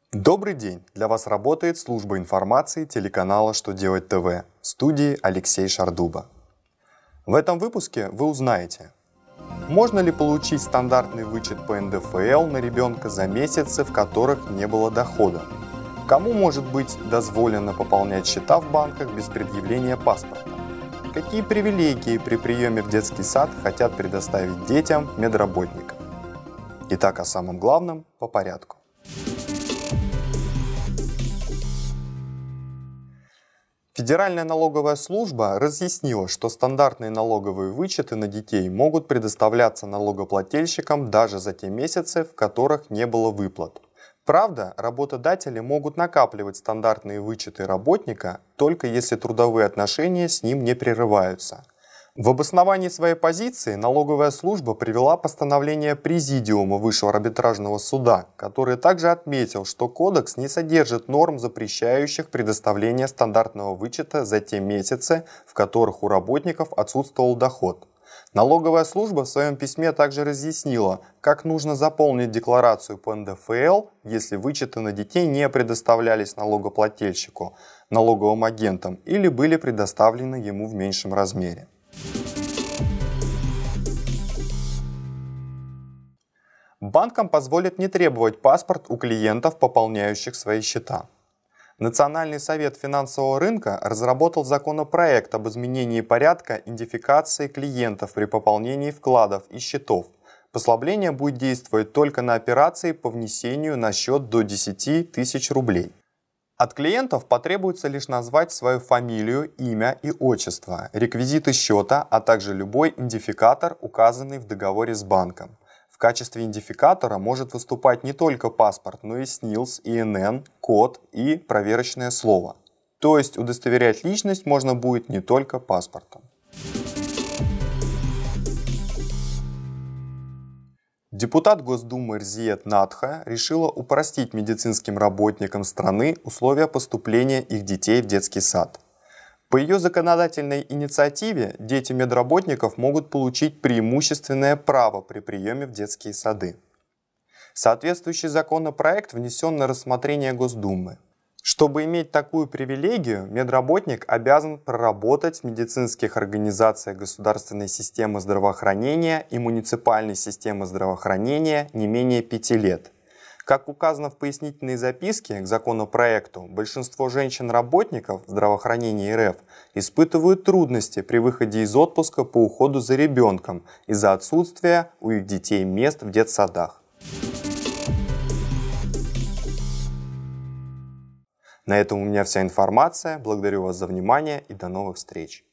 Добрый день! Для вас работает служба информации телеканала «Что делать ТВ» в студии Алексей Шардуба. В этом выпуске вы узнаете, можно ли получить стандартный вычет по НДФЛ на ребенка за месяцы, в которых не было дохода, кому может быть дозволено пополнять счета в банках без предъявления паспорта, какие привилегии при приеме в детский сад хотят предоставить детям медработников. Итак, о самом главном по порядку. Федеральная налоговая служба разъяснила, что стандартные налоговые вычеты на детей могут предоставляться налогоплательщикам даже за те месяцы, в которых не было выплат. Правда, работодатели могут накапливать стандартные вычеты работника, только если трудовые отношения с ним не прерываются. В обосновании своей позиции налоговая служба привела постановление Президиума Высшего арбитражного суда, который также отметил, что кодекс не содержит норм, запрещающих предоставление стандартного вычета за те месяцы, в которых у работников отсутствовал доход. Налоговая служба в своем письме также разъяснила, как нужно заполнить декларацию по НДФЛ, если вычеты на детей не предоставлялись налогоплательщику, налоговым агентам или были предоставлены ему в меньшем размере. Банкам позволят не требовать паспорт у клиентов, пополняющих свои счета. Национальный совет финансового рынка разработал законопроект об изменении порядка идентификации клиентов при пополнении вкладов и счетов. Послабление будет действовать только на операции по внесению на счет до 10 тысяч рублей. От клиентов потребуется лишь назвать свою фамилию, имя и отчество, реквизиты счета, а также любой идентификатор, указанный в договоре с банком. В качестве идентификатора может выступать не только паспорт, но и СНИЛС, ИНН, код и проверочное слово. То есть удостоверять личность можно будет не только паспортом. Депутат Госдумы Рзият Надха решила упростить медицинским работникам страны условия поступления их детей в детский сад. По ее законодательной инициативе дети медработников могут получить преимущественное право при приеме в детские сады. Соответствующий законопроект внесен на рассмотрение Госдумы. Чтобы иметь такую привилегию, медработник обязан проработать в медицинских организациях государственной системы здравоохранения и муниципальной системы здравоохранения не менее 5 лет. Как указано в пояснительной записке к законопроекту, большинство женщин-работников здравоохранения РФ испытывают трудности при выходе из отпуска по уходу за ребенком из-за отсутствия у их детей мест в детсадах. На этом у меня вся информация. Благодарю вас за внимание и до новых встреч.